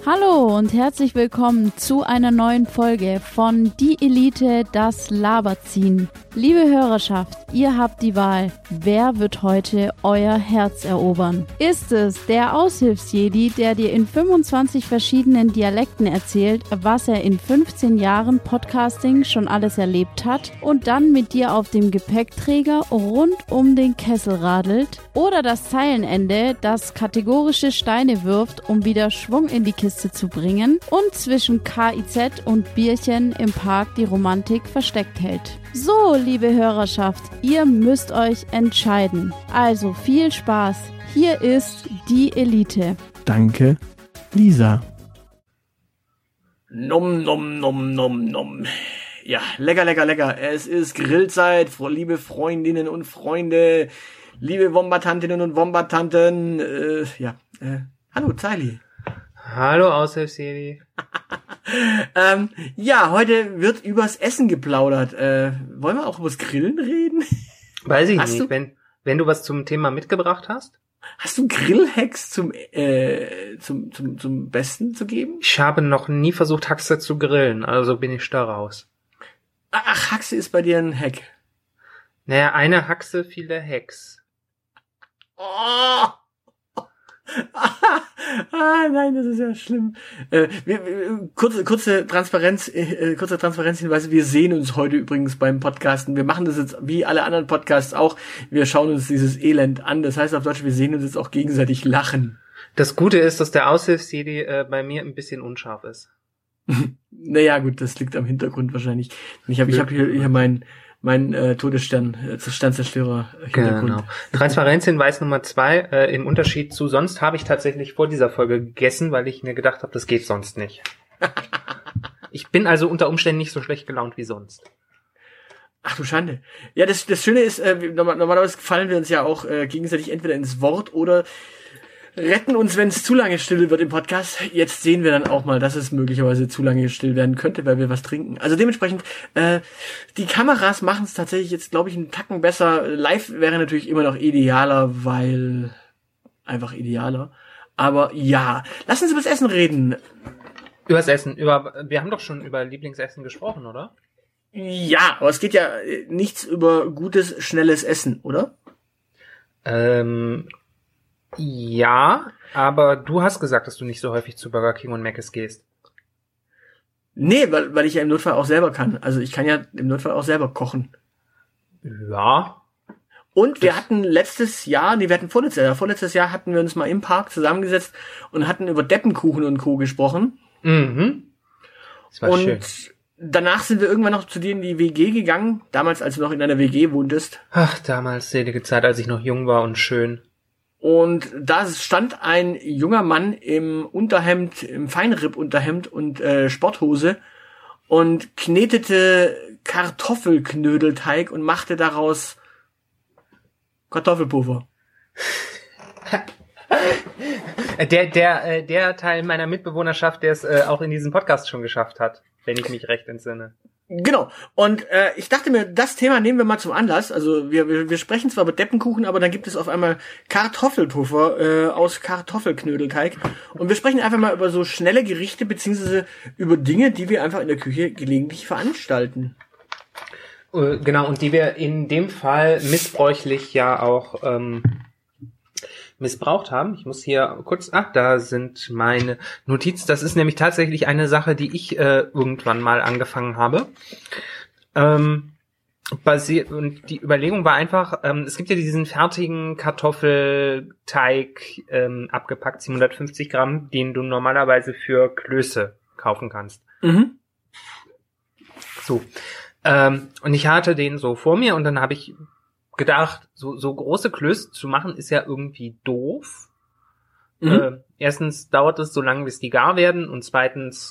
Hallo und herzlich willkommen zu einer neuen Folge von Die Elite, das Laberziehen. Liebe Hörerschaft, ihr habt die Wahl. Wer wird heute euer Herz erobern? Ist es der Aushilfsjedi, der dir in 25 verschiedenen Dialekten erzählt, was er in 15 Jahren Podcasting schon alles erlebt hat und dann mit dir auf dem Gepäckträger rund um den Kessel radelt? Oder das Zeilenende, das kategorische Steine wirft, um wieder Schwung in die Kiste zu bringen und zwischen KIZ und Bierchen im Park die Romantik versteckt hält? So, liebe Hörerschaft, ihr müsst euch entscheiden. Also viel Spaß. Hier ist die Elite. Danke, Lisa. Nom, nom, nom, nom, nom. Ja, lecker, lecker, lecker. Es ist Grillzeit, liebe Freundinnen und Freunde, liebe Wombatantinnen und Wombatanten. Hallo, Zeili. Hallo, Aushilfsjedi. Ja, heute wird übers Essen geplaudert. Wollen wir auch übers Grillen reden? Weiß ich nicht. Wenn du was zum Thema mitgebracht hast? Hast du Grillhacks zum Besten zu geben? Ich habe noch nie versucht, Haxe zu grillen, also bin ich da raus. Ach, Haxe ist bei dir ein Hack. Naja, eine Haxe, viele Hacks. Oh! Nein, das ist ja schlimm. Kurze Transparenzhinweise. Wir sehen uns heute übrigens beim Podcasten. Wir machen das jetzt wie alle anderen Podcasts auch. Wir schauen uns dieses Elend an. Das heißt auf Deutsch, wir sehen uns jetzt auch gegenseitig lachen. Das Gute ist, dass der Aushilfsjedi bei mir ein bisschen unscharf ist. Naja, gut, das liegt am Hintergrund wahrscheinlich. Ich hab hier mein Todesstern, Sternzerstörer Hintergrund. Genau. Transparenzhinweis Nummer 2, im Unterschied zu sonst habe ich tatsächlich vor dieser Folge gegessen, weil ich mir gedacht habe, das geht sonst nicht. Ich bin also unter Umständen nicht so schlecht gelaunt wie sonst. Ach du Schande. Ja, das Schöne ist, normalerweise fallen wir uns ja auch gegenseitig entweder ins Wort oder retten uns, wenn es zu lange still wird im Podcast. Jetzt sehen wir dann auch mal, dass es möglicherweise zu lange still werden könnte, weil wir was trinken. Also dementsprechend, die Kameras machen es tatsächlich jetzt, glaube ich, einen Tacken besser. Live wäre natürlich immer noch idealer, weil einfach idealer. Aber ja, lass uns über das Essen reden. Übers Essen. Wir haben doch schon über Lieblingsessen gesprochen, oder? Ja, aber es geht ja nichts über gutes, schnelles Essen, oder? Ja, aber du hast gesagt, dass du nicht so häufig zu Burger King und Mc's gehst. Nee, weil ich ja im Notfall auch selber kann. Also ich kann ja im Notfall auch selber kochen. Ja. Und wir hatten vorletztes Jahr hatten wir uns mal im Park zusammengesetzt und hatten über Deppenkuchen und Co. gesprochen. Mhm. Das war schön. Danach sind wir irgendwann noch zu dir in die WG gegangen, damals als du noch in einer WG wohntest. Ach, damals selige Zeit, als ich noch jung war und schön. Und da stand ein junger Mann im Unterhemd, im Feinripp-Unterhemd und Sporthose und knetete Kartoffelknödelteig und machte daraus Kartoffelpuffer. Der Teil meiner Mitbewohnerschaft, der es auch in diesem Podcast schon geschafft hat, wenn ich mich recht entsinne. Genau. Und ich dachte mir, das Thema nehmen wir mal zum Anlass. Also wir sprechen zwar über Deppenkuchen, aber dann gibt es auf einmal Kartoffelpuffer aus Kartoffelknödelteig. Und wir sprechen einfach mal über so schnelle Gerichte beziehungsweise über Dinge, die wir einfach in der Küche gelegentlich veranstalten. Genau, und die wir in dem Fall missbräuchlich ja auch missbraucht haben. Ich muss hier kurz, da sind meine Notizen. Das ist nämlich tatsächlich eine Sache, die ich irgendwann mal angefangen habe. Und die Überlegung war einfach, es gibt ja diesen fertigen Kartoffelteig abgepackt, 750 Gramm, den du normalerweise für Klöße kaufen kannst. Mhm. So. Und ich hatte den so vor mir und dann habe ich gedacht, so große Klöße zu machen, ist ja irgendwie doof. Mhm. Erstens dauert es so lange, bis die gar werden und zweitens,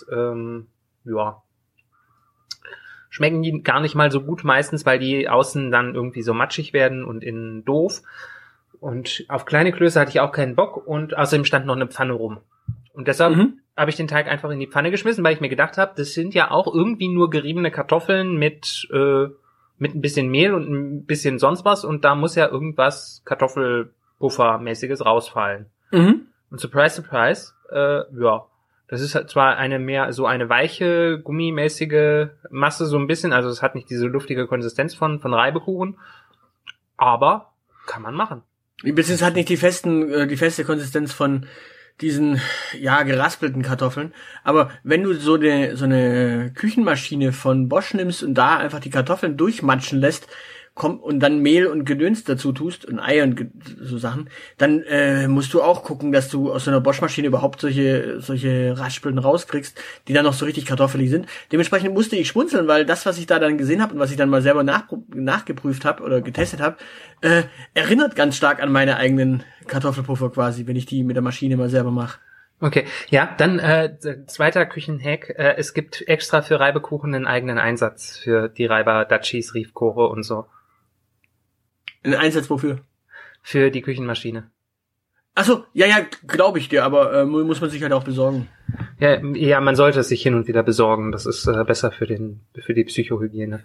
schmecken die gar nicht mal so gut meistens, weil die außen dann irgendwie so matschig werden und innen doof. Und auf kleine Klöße hatte ich auch keinen Bock und außerdem stand noch eine Pfanne rum. Und deshalb habe ich den Teig einfach in die Pfanne geschmissen, weil ich mir gedacht habe, das sind ja auch irgendwie nur geriebene Kartoffeln mit ein bisschen Mehl und ein bisschen sonst was und da muss ja irgendwas Kartoffelpuffermäßiges rausfallen. Mhm. Und surprise, surprise, Das ist halt zwar eine weiche, gummimäßige Masse so ein bisschen, also es hat nicht diese luftige Konsistenz von Reibekuchen, aber kann man machen. Beziehungsweise hat nicht die feste Konsistenz von diesen, geraspelten Kartoffeln. Aber wenn du so eine Küchenmaschine von Bosch nimmst und da einfach die Kartoffeln durchmatschen lässt, und dann Mehl und Gedöns dazu tust und Eier und so Sachen, dann musst du auch gucken, dass du aus so einer Bosch-Maschine überhaupt solche Raspeln rauskriegst, die dann noch so richtig kartoffelig sind. Dementsprechend musste ich schmunzeln, weil das, was ich da dann gesehen habe und was ich dann mal selber nachgeprüft habe oder getestet habe, erinnert ganz stark an meine eigenen Kartoffelpuffer quasi, wenn ich die mit der Maschine mal selber mache. Okay, ja, dann zweiter Küchenhack. Es gibt extra für Reibekuchen einen eigenen Einsatz für die Reiber, Dutchies, Riefkoche und so. Ein Einsatz wofür? Für die Küchenmaschine. Ach so, ja, glaube ich dir, aber muss man sich halt auch besorgen. Ja, man sollte es sich hin und wieder besorgen. Das ist besser für die Psychohygiene.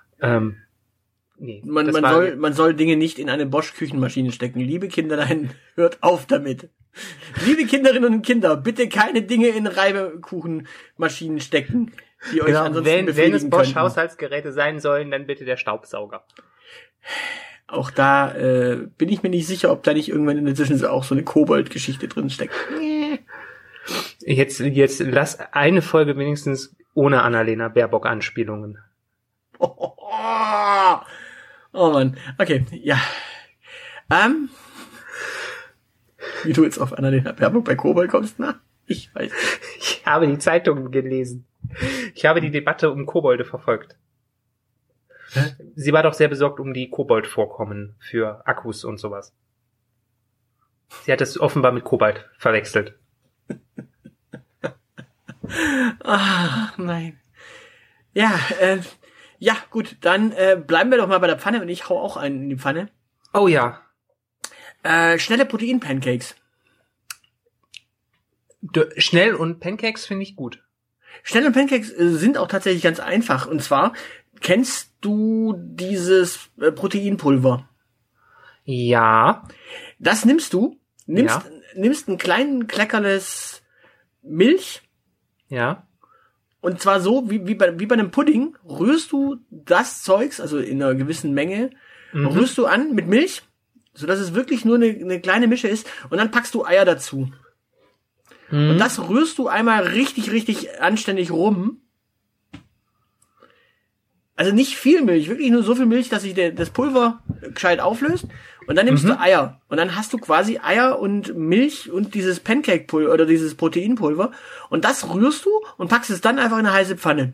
Nee, man soll Dinge nicht in eine Bosch-Küchenmaschine stecken. Liebe Kinderlein, hört auf damit. Liebe Kinderinnen und Kinder, bitte keine Dinge in Reibekuchenmaschinen stecken, die euch ansonsten befriedigen wenn es Bosch könnten. Haushaltsgeräte sein sollen, dann bitte der Staubsauger. Auch da bin ich mir nicht sicher, ob da nicht irgendwann in der Zwischenzeit auch so eine Kobold-Geschichte drin steckt. Jetzt lass eine Folge wenigstens ohne Annalena Baerbock-Anspielungen. Oh Mann, okay, ja. Wie du jetzt auf Annalena Baerbock bei Kobold kommst, na? Ich weiß nicht. Ich habe die Zeitungen gelesen. Ich habe die Debatte um Kobolde verfolgt. Hä? Sie war doch sehr besorgt um die Kobold-Vorkommen für Akkus und sowas. Sie hat es offenbar mit Kobalt verwechselt. Ach, nein. Ja, gut, dann bleiben wir doch mal bei der Pfanne und ich hau auch einen in die Pfanne. Oh ja. Schnelle Protein-Pancakes. Schnell und Pancakes finde ich gut. Schnelle Pancakes sind auch tatsächlich ganz einfach. Und zwar, kennst du dieses Proteinpulver? Ja. Das nimmst ein kleinen Kleckerles Milch. Ja. Und zwar so, wie bei einem Pudding, rührst du das Zeugs, also in einer gewissen Menge, rührst du an mit Milch, sodass es wirklich nur eine kleine Mische ist, und dann packst du Eier dazu. Und das rührst du einmal richtig, richtig anständig rum. Also nicht viel Milch, wirklich nur so viel Milch, dass sich das Pulver gescheit auflöst. Und dann nimmst du Eier. Und dann hast du quasi Eier und Milch und dieses Pancake-Pulver oder dieses Proteinpulver. Und das rührst du und packst es dann einfach in eine heiße Pfanne.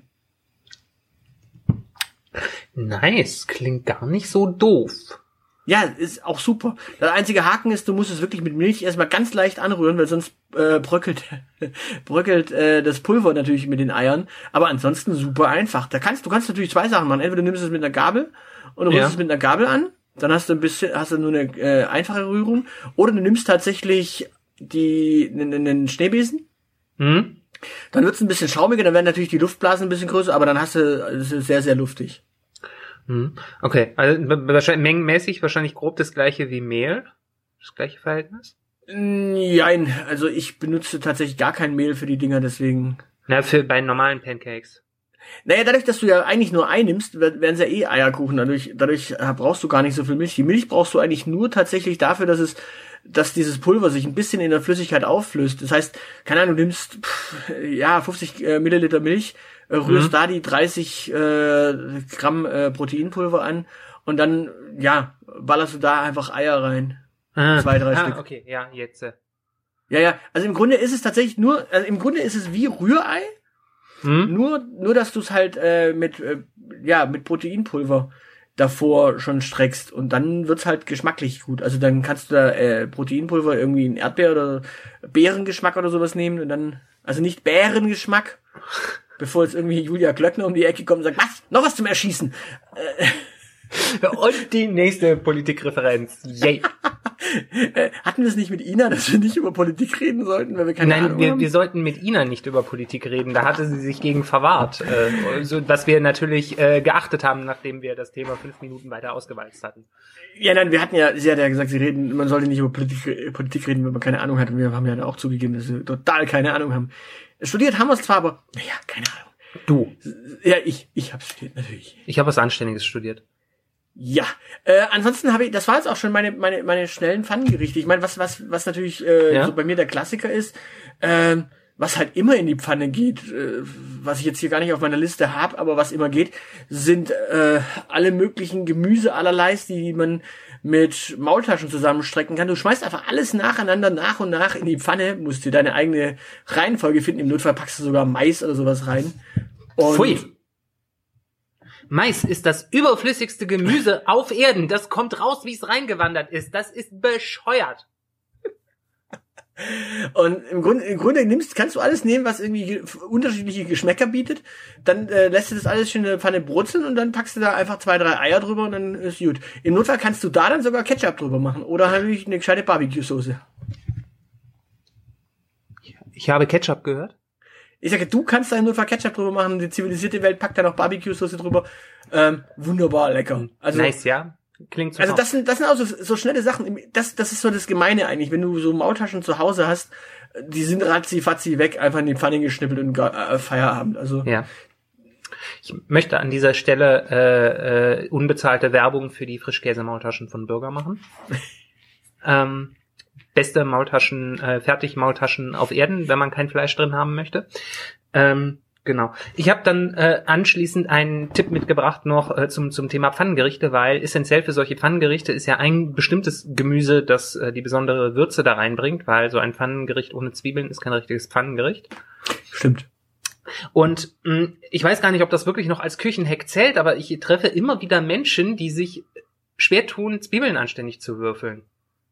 Nice, klingt gar nicht so doof. Ja, ist auch super. Der einzige Haken ist, du musst es wirklich mit Milch erstmal ganz leicht anrühren, weil sonst bröckelt das Pulver natürlich mit den Eiern. Aber ansonsten super einfach. Du kannst natürlich zwei Sachen machen. Entweder du nimmst es mit einer Gabel und rührst es mit einer Gabel an. Dann hast du nur eine einfache Rührung. Oder du nimmst tatsächlich einen Schneebesen. Dann wird's ein bisschen schaumiger, dann werden natürlich die Luftblasen ein bisschen größer, aber dann das ist sehr, sehr luftig. Okay, also mengenmäßig wahrscheinlich grob das gleiche wie Mehl? Das gleiche Verhältnis? Nein, also ich benutze tatsächlich gar kein Mehl für die Dinger, deswegen... Bei normalen Pancakes. Naja, dadurch, dass du ja eigentlich nur Ei nimmst, werden es ja Eierkuchen. Dadurch brauchst du gar nicht so viel Milch. Die Milch brauchst du eigentlich nur tatsächlich dafür, dass dieses Pulver sich ein bisschen in der Flüssigkeit auflöst. Das heißt, keine Ahnung, du nimmst 50 Milliliter Milch, rührst da die 30 Gramm Proteinpulver an und dann, ballerst du da einfach Eier rein. 2, 3 Stück. Okay, ja, jetzt. Ja, also im Grunde ist es tatsächlich im Grunde ist es wie Rührei, nur dass du es halt mit Proteinpulver davor schon streckst und dann wird's halt geschmacklich gut. Also dann kannst du da Proteinpulver irgendwie in Erdbeer- oder Beerengeschmack oder sowas nehmen und dann, also nicht Bärengeschmack, bevor jetzt irgendwie Julia Glöckner um die Ecke kommt und sagt, was? Noch was zum Erschießen? Und die nächste Politikreferenz. Yay. Hatten wir es nicht mit Ina, dass wir nicht über Politik reden sollten, weil wir keine Ahnung haben? Nein, wir sollten mit Ina nicht über Politik reden. Da hatte sie sich gegen verwahrt. Was wir natürlich geachtet haben, nachdem wir das Thema 5 Minuten weiter ausgewalzt hatten. Ja, nein, sie hat ja gesagt, man sollte nicht über Politik reden, wenn man keine Ahnung hat. Und wir haben ja auch zugegeben, dass wir total keine Ahnung haben. Studiert haben wir es zwar, aber, naja, keine Ahnung. Du. Ja, ich habe studiert, natürlich. Ich habe was Anständiges studiert. Ja, ansonsten das war jetzt auch schon meine schnellen Pfannengerichte. Ich meine, was natürlich so bei mir der Klassiker ist, was halt immer in die Pfanne geht, was ich jetzt hier gar nicht auf meiner Liste habe, aber was immer geht, sind alle möglichen Gemüse allerleis, die man mit Maultaschen zusammenstrecken kann. Du schmeißt einfach alles nacheinander nach und nach in die Pfanne, musst dir deine eigene Reihenfolge finden. Im Notfall packst du sogar Mais oder sowas rein. Und Pfui. Mais ist das überflüssigste Gemüse auf Erden. Das kommt raus, wie es reingewandert ist. Das ist bescheuert. Und im Grunde kannst du alles nehmen, was irgendwie unterschiedliche Geschmäcker bietet. Dann lässt du das alles schön in der Pfanne brutzeln und dann packst du da einfach 2, 3 Eier drüber und dann ist gut. Im Notfall kannst du da dann sogar Ketchup drüber machen oder halt eine gescheite Barbecue-Soße. Ich habe Ketchup gehört. Ich sage, du kannst da im Notfall Ketchup drüber machen, die zivilisierte Welt packt da noch Barbecue-Soße drüber. Wunderbar lecker. Also, nice, ja. Klingt super. Also das sind auch so schnelle Sachen. Das ist so das Gemeine eigentlich. Wenn du so Maultaschen zu Hause hast, die sind ratzi-fatzi weg, einfach in die Pfanne geschnippelt und Feierabend. Also ja. Ich möchte an dieser Stelle unbezahlte Werbung für die Frischkäse-Maultaschen von Bürger machen. Beste Maultaschen, Fertigmaultaschen auf Erden, wenn man kein Fleisch drin haben möchte. Genau. Ich habe dann anschließend einen Tipp mitgebracht noch zum Thema Pfannengerichte, weil essentiell für solche Pfannengerichte ist ja ein bestimmtes Gemüse, das die besondere Würze da reinbringt, weil so ein Pfannengericht ohne Zwiebeln ist kein richtiges Pfannengericht. Stimmt. Und ich weiß gar nicht, ob das wirklich noch als Küchenhack zählt, aber ich treffe immer wieder Menschen, die sich schwer tun, Zwiebeln anständig zu würfeln.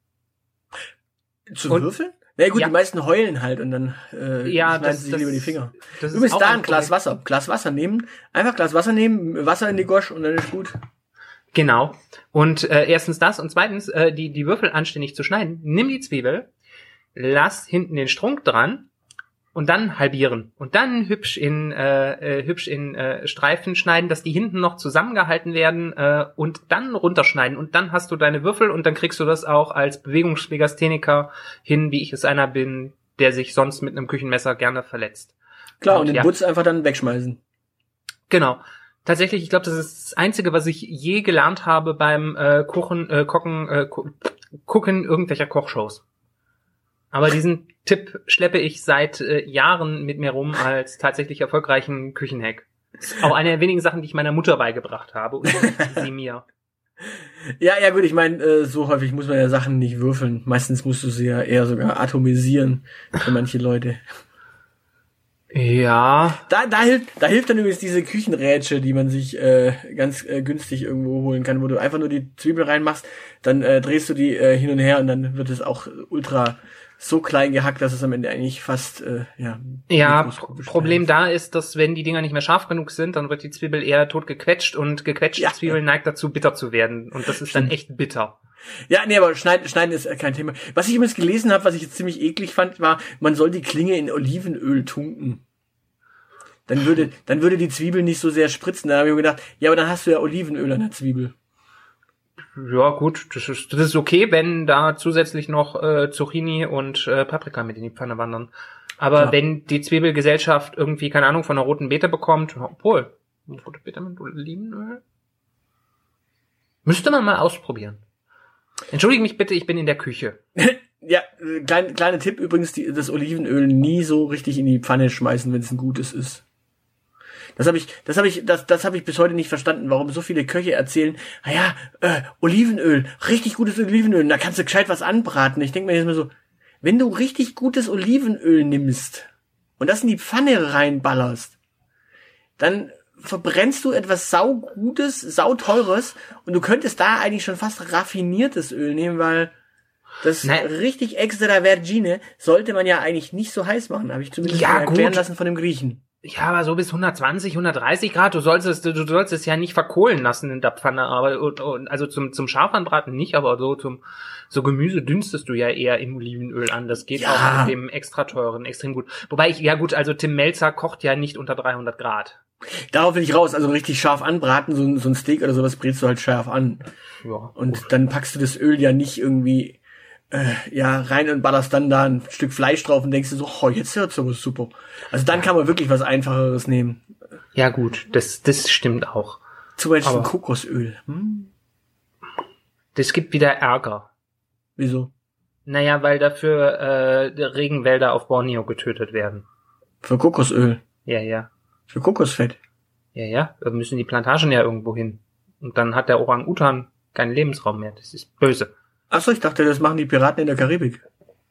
Würfeln? Na gut, ja. Die meisten heulen halt und dann schneiden sie sich lieber die Finger. Übrigens da ein Glas Wasser. Glas Wasser nehmen. Einfach Glas Wasser nehmen, Wasser in die Gosch und dann ist gut. Genau. Und erstens das und zweitens, die Würfel anständig zu schneiden. Nimm die Zwiebel, lass hinten den Strunk dran und dann halbieren. Und dann hübsch in Streifen schneiden, dass die hinten noch zusammengehalten werden und dann runterschneiden. Und dann hast du deine Würfel und dann kriegst du das auch als Bewegungslegastheniker hin, wie ich es einer bin, der sich sonst mit einem Küchenmesser gerne verletzt. Klar, und den Butz einfach dann wegschmeißen. Genau. Tatsächlich, ich glaube, das ist das Einzige, was ich je gelernt habe beim Gucken irgendwelcher Kochshows. Aber diesen Tipp schleppe ich seit Jahren mit mir rum als tatsächlich erfolgreichen Küchenhack. Das ist auch eine der wenigen Sachen, die ich meiner Mutter beigebracht habe und sie mir. Ja, gut, ich meine, so häufig muss man ja Sachen nicht würfeln. Meistens musst du sie ja eher sogar atomisieren für manche Leute. Ja. Da hilft dann übrigens diese Küchenrätsche, die man sich ganz günstig irgendwo holen kann, wo du einfach nur die Zwiebel reinmachst, dann drehst du die hin und her und dann wird es auch ultra so klein gehackt, dass es am Ende eigentlich fast Problem da ist, dass wenn die Dinger nicht mehr scharf genug sind, dann wird die Zwiebel eher tot gequetscht und gequetschte Zwiebel neigt dazu, bitter zu werden und das ist dann echt bitter. Ja, nee, aber schneiden ist kein Thema. Was ich übrigens gelesen habe, was ich jetzt ziemlich eklig fand, war, man soll die Klinge in Olivenöl tunken. Dann würde die Zwiebel nicht so sehr spritzen. Da habe ich mir gedacht, ja, aber dann hast du ja Olivenöl an der Zwiebel. Ja, gut, das ist okay, wenn da zusätzlich noch Zucchini und Paprika mit in die Pfanne wandern. Aber klar, wenn die Zwiebelgesellschaft irgendwie, keine Ahnung, von einer roten Beete bekommt, obwohl, rote Beete mit Olivenöl? Müsste man mal ausprobieren. Entschuldige mich bitte, ich bin in der Küche. Ja, kleiner Tipp übrigens, das Olivenöl nie so richtig in die Pfanne schmeißen, wenn es ein gutes ist. Das habe ich bis heute nicht verstanden, warum so viele Köche erzählen, Olivenöl, richtig gutes Olivenöl, da kannst du gescheit was anbraten. Ich denke mir jetzt mal so, wenn du richtig gutes Olivenöl nimmst und das in die Pfanne reinballerst, dann verbrennst du etwas saugutes, sauteures und du könntest da eigentlich schon fast raffiniertes Öl nehmen, weil das richtig extra Vergine sollte man ja eigentlich nicht so heiß machen, habe ich zumindest erklären lassen von dem Griechen. Ja, aber so bis 120, 130 Grad, du sollst es ja nicht verkohlen lassen in der Pfanne, aber also zum Scharfanbraten nicht, aber so Gemüse dünstest du ja eher im Olivenöl an, das geht auch mit dem extra teuren extrem gut. Wobei also Tim Melzer kocht ja nicht unter 300 Grad. Darauf will ich raus, also richtig scharf anbraten, so ein Steak oder sowas brätst du halt scharf an. Ja. Und dann packst du das Öl ja nicht irgendwie rein und ballerst dann da ein Stück Fleisch drauf und denkst dir so, oh, jetzt wird's aber super. Also dann kann man wirklich was Einfacheres nehmen. Ja gut, das stimmt auch. Zum Beispiel Kokosöl. Das gibt wieder Ärger. Wieso? Naja, weil dafür Regenwälder auf Borneo getötet werden. Für Kokosöl? Ja. Für Kokosfett? Ja, da müssen die Plantagen ja irgendwo hin. Und dann hat der Orang-Utan keinen Lebensraum mehr. Das ist böse. Achso, ich dachte, das machen die Piraten in der Karibik.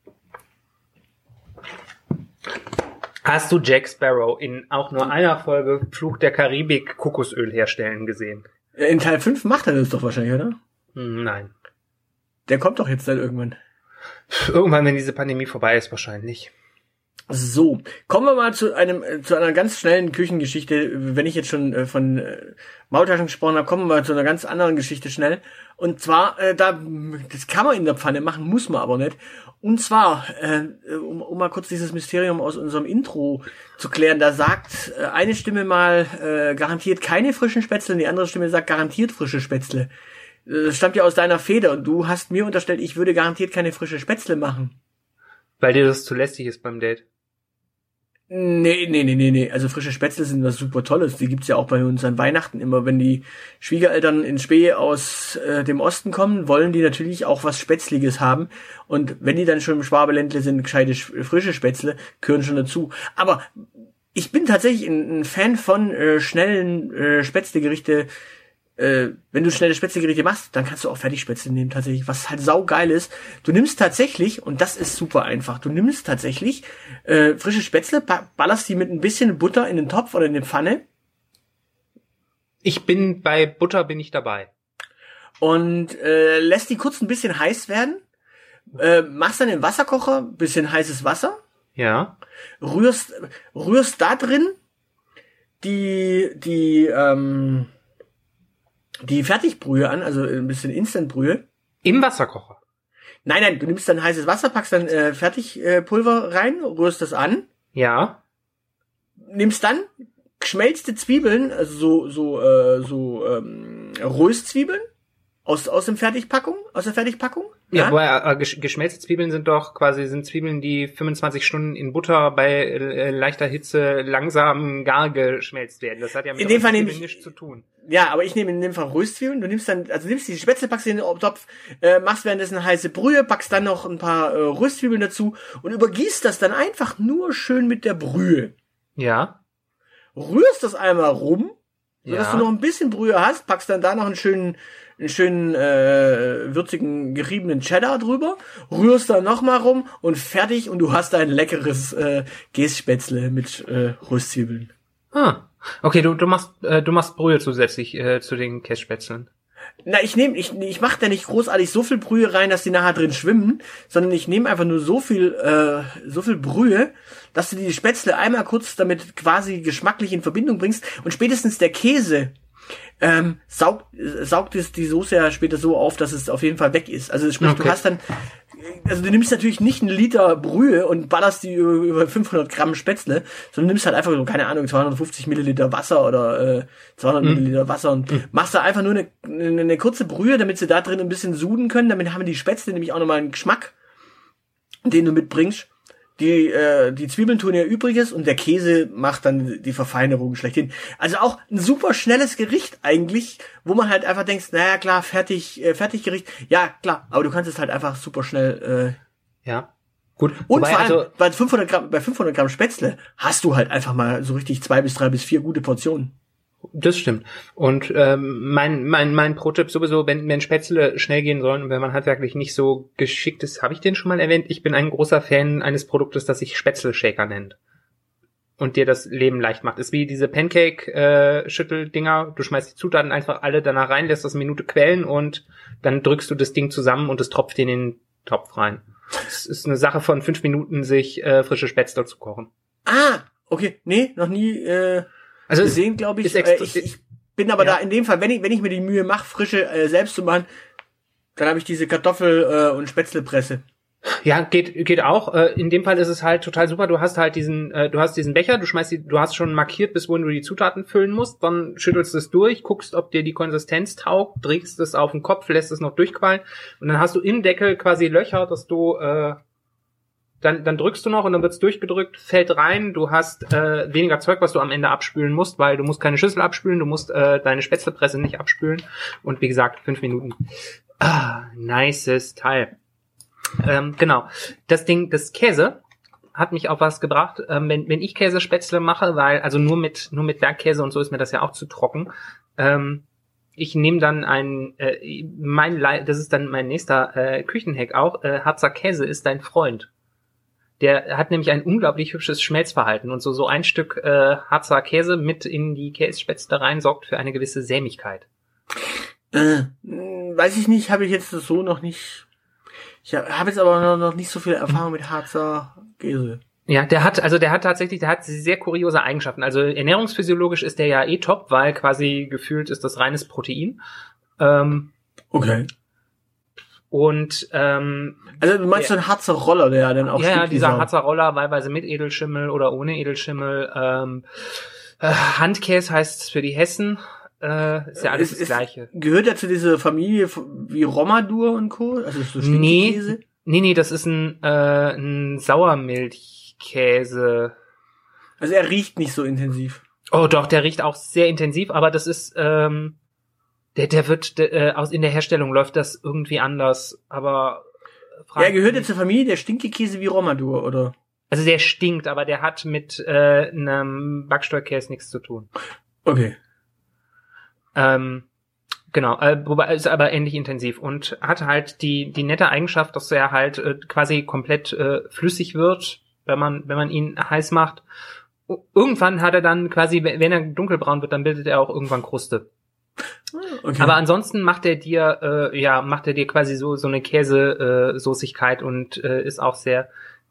Hast du Jack Sparrow in auch nur einer Folge Fluch der Karibik Kokosöl herstellen gesehen? In Teil 5 macht er das doch wahrscheinlich, oder? Nein. Der kommt doch jetzt dann irgendwann. Irgendwann, wenn diese Pandemie vorbei ist, wahrscheinlich. So, kommen wir mal zu einer ganz schnellen Küchengeschichte. Wenn ich jetzt schon von Maultaschen gesprochen habe, kommen wir mal zu einer ganz anderen Geschichte schnell. Und zwar, das kann man in der Pfanne machen, muss man aber nicht. Und zwar, um mal kurz dieses Mysterium aus unserem Intro zu klären, da sagt eine Stimme mal garantiert keine frischen Spätzle, und die andere Stimme sagt garantiert frische Spätzle. Das stammt ja aus deiner Feder und du hast mir unterstellt, ich würde garantiert keine frische Spätzle machen. Weil dir das zu lästig ist beim Date. Nee. Also frische Spätzle sind was super Tolles. Die gibt's ja auch bei uns an Weihnachten immer. Wenn die Schwiegereltern in Spee aus dem Osten kommen, wollen die natürlich auch was Spätzliges haben. Und wenn die dann schon im Schwabeländle sind, gescheite frische Spätzle, gehören schon dazu. Aber ich bin tatsächlich ein Fan von schnellen Spätzlegerichte. Wenn du schnelle Spätzlegerichte machst, dann kannst du auch Fertigspätzle nehmen tatsächlich, was halt saugeil ist. Du nimmst tatsächlich, und das ist super einfach, du nimmst tatsächlich frische Spätzle, ballerst die mit ein bisschen Butter in den Topf oder in die Pfanne. Bei Butter bin ich dabei. Und lässt die kurz ein bisschen heiß werden. Machst dann im Wasserkocher ein bisschen heißes Wasser. Ja. Rührst da drin die Fertigbrühe an, also ein bisschen Instantbrühe. Im Wasserkocher? Nein, du nimmst dann heißes Wasser, packst dann Fertigpulver rein, rührst das an. Ja. Nimmst dann geschmelzte Zwiebeln, also so Röstzwiebeln aus der Fertigpackung. Ja, aber geschmelzte Zwiebeln sind Zwiebeln, die 25 Stunden in Butter bei leichter Hitze langsam gar geschmelzt werden. Das hat ja mit Zwiebeln nichts zu tun. Ja, aber ich nehme in dem Fall Röstzwiebeln. Du nimmst die Spätzle, packst sie in den Topf, machst währenddessen heiße Brühe, packst dann noch ein paar Röstzwiebeln dazu und übergießt das dann einfach nur schön mit der Brühe. Ja. Rührst das einmal rum, sodass du noch ein bisschen Brühe hast, packst dann da noch einen schönen würzigen, geriebenen Cheddar drüber, rührst dann nochmal rum und fertig und du hast ein leckeres Kässpätzle mit Röstzwiebeln. Okay, du machst Brühe zusätzlich zu den Kässpätzlen. Na, ich mach da nicht großartig so viel Brühe rein, dass die nachher drin schwimmen, sondern ich nehme einfach nur so viel Brühe, dass du die Spätzle einmal kurz damit quasi geschmacklich in Verbindung bringst und spätestens der Käse saugt es die Soße ja später so auf, dass es auf jeden Fall weg ist. Also sprich, Du hast dann, also du nimmst natürlich nicht 1 Liter Brühe und ballerst die über 500 Gramm Spätzle, sondern nimmst halt einfach so, keine Ahnung, 250 Milliliter Wasser oder 200 Milliliter Wasser und machst da einfach nur eine kurze Brühe, damit sie da drin ein bisschen suden können. Damit haben die Spätzle nämlich auch nochmal einen Geschmack, den du mitbringst. Die Zwiebeln tun ihr Übriges und der Käse macht dann die Verfeinerung schlechthin. Also auch ein super schnelles Gericht eigentlich, wo man halt einfach denkt, naja klar, Fertiggericht. Ja, klar, aber du kannst es halt einfach super schnell. Ja, gut. Und vor allem bei 500 Gramm Spätzle hast du halt einfach mal so richtig 2 bis 3 bis 4 gute Portionen. Das stimmt. Und mein Pro-Tipp sowieso, wenn Spätzle schnell gehen sollen und wenn man handwerklich nicht so geschickt ist, habe ich den schon mal erwähnt, ich bin ein großer Fan eines Produktes, das sich Spätzle-Shaker nennt. Und dir das Leben leicht macht. Ist wie diese Pancake-Schütteldinger. Du schmeißt die Zutaten einfach alle danach rein, lässt das eine Minute quellen und dann drückst du das Ding zusammen und es tropft in den Topf rein. Es ist eine Sache von 5 Minuten, sich frische Spätzle zu kochen. Ah, okay. Nee, noch nie also gesehen, glaube ich. Ich bin aber da in dem Fall, wenn ich mir die Mühe mache, frische selbst zu machen, dann habe ich diese Kartoffel- und Spätzlepresse. Ja, geht auch. In dem Fall ist es halt total super. Du hast halt diesen Becher, du hast schon markiert, bis wohin du die Zutaten füllen musst, dann schüttelst du es durch, guckst, ob dir die Konsistenz taugt, drehst es auf den Kopf, lässt es noch durchquallen und dann hast du im Deckel quasi Löcher, dass du dann drückst du noch und dann wird's durchgedrückt, fällt rein, du hast weniger Zeug, was du am Ende abspülen musst, weil du musst keine Schüssel abspülen, du musst deine Spätzlepresse nicht abspülen und wie gesagt, 5 Minuten. Nices Teil. Genau. Das Käse hat mich auf was gebracht. Wenn ich Käsespätzle mache, weil, also nur mit Bergkäse und so ist mir das ja auch zu trocken. Ich nehme dann das ist dann mein nächster Küchenhack auch. Harzer Käse ist dein Freund. Der hat nämlich ein unglaublich hübsches Schmelzverhalten und so ein Stück Harzer Käse mit in die Kässpätzle rein sorgt für eine gewisse Sämigkeit. Weiß ich nicht, habe ich jetzt so noch nicht. Ich habe jetzt aber noch nicht so viel Erfahrung mit Harzer Käse. Ja, der hat sehr kuriose Eigenschaften. Also ernährungsphysiologisch ist der ja top, weil quasi gefühlt ist das reines Protein. Okay. Und also du meinst so ein Harzer Roller, der dann auch ja, dieser Harzer Roller, wahlweise mit Edelschimmel oder ohne Edelschimmel. Handkäse heißt es für die Hessen. Ist ja alles das Gleiche. Gehört er zu dieser Familie wie Romadur und Co.? Also ist so Stinkekäse? Nee, das ist ein Sauermilchkäse. Also er riecht nicht so intensiv. Oh doch, der riecht auch sehr intensiv, aber das ist, der wird, in der Herstellung läuft das irgendwie anders, aber... Ja, gehört er zur Familie der Stinkekäse wie Romadur, oder? Also der stinkt, aber der hat mit einem Backsteuerkäse nichts zu tun. Okay. Genau, wobei ist aber ähnlich intensiv und hat halt die nette Eigenschaft, dass er halt quasi komplett flüssig wird, wenn man ihn heiß macht. Irgendwann hat er dann quasi, wenn er dunkelbraun wird, dann bildet er auch irgendwann Kruste. Okay. Aber ansonsten macht er dir quasi so eine Käsesoßigkeit und ist auch sehr.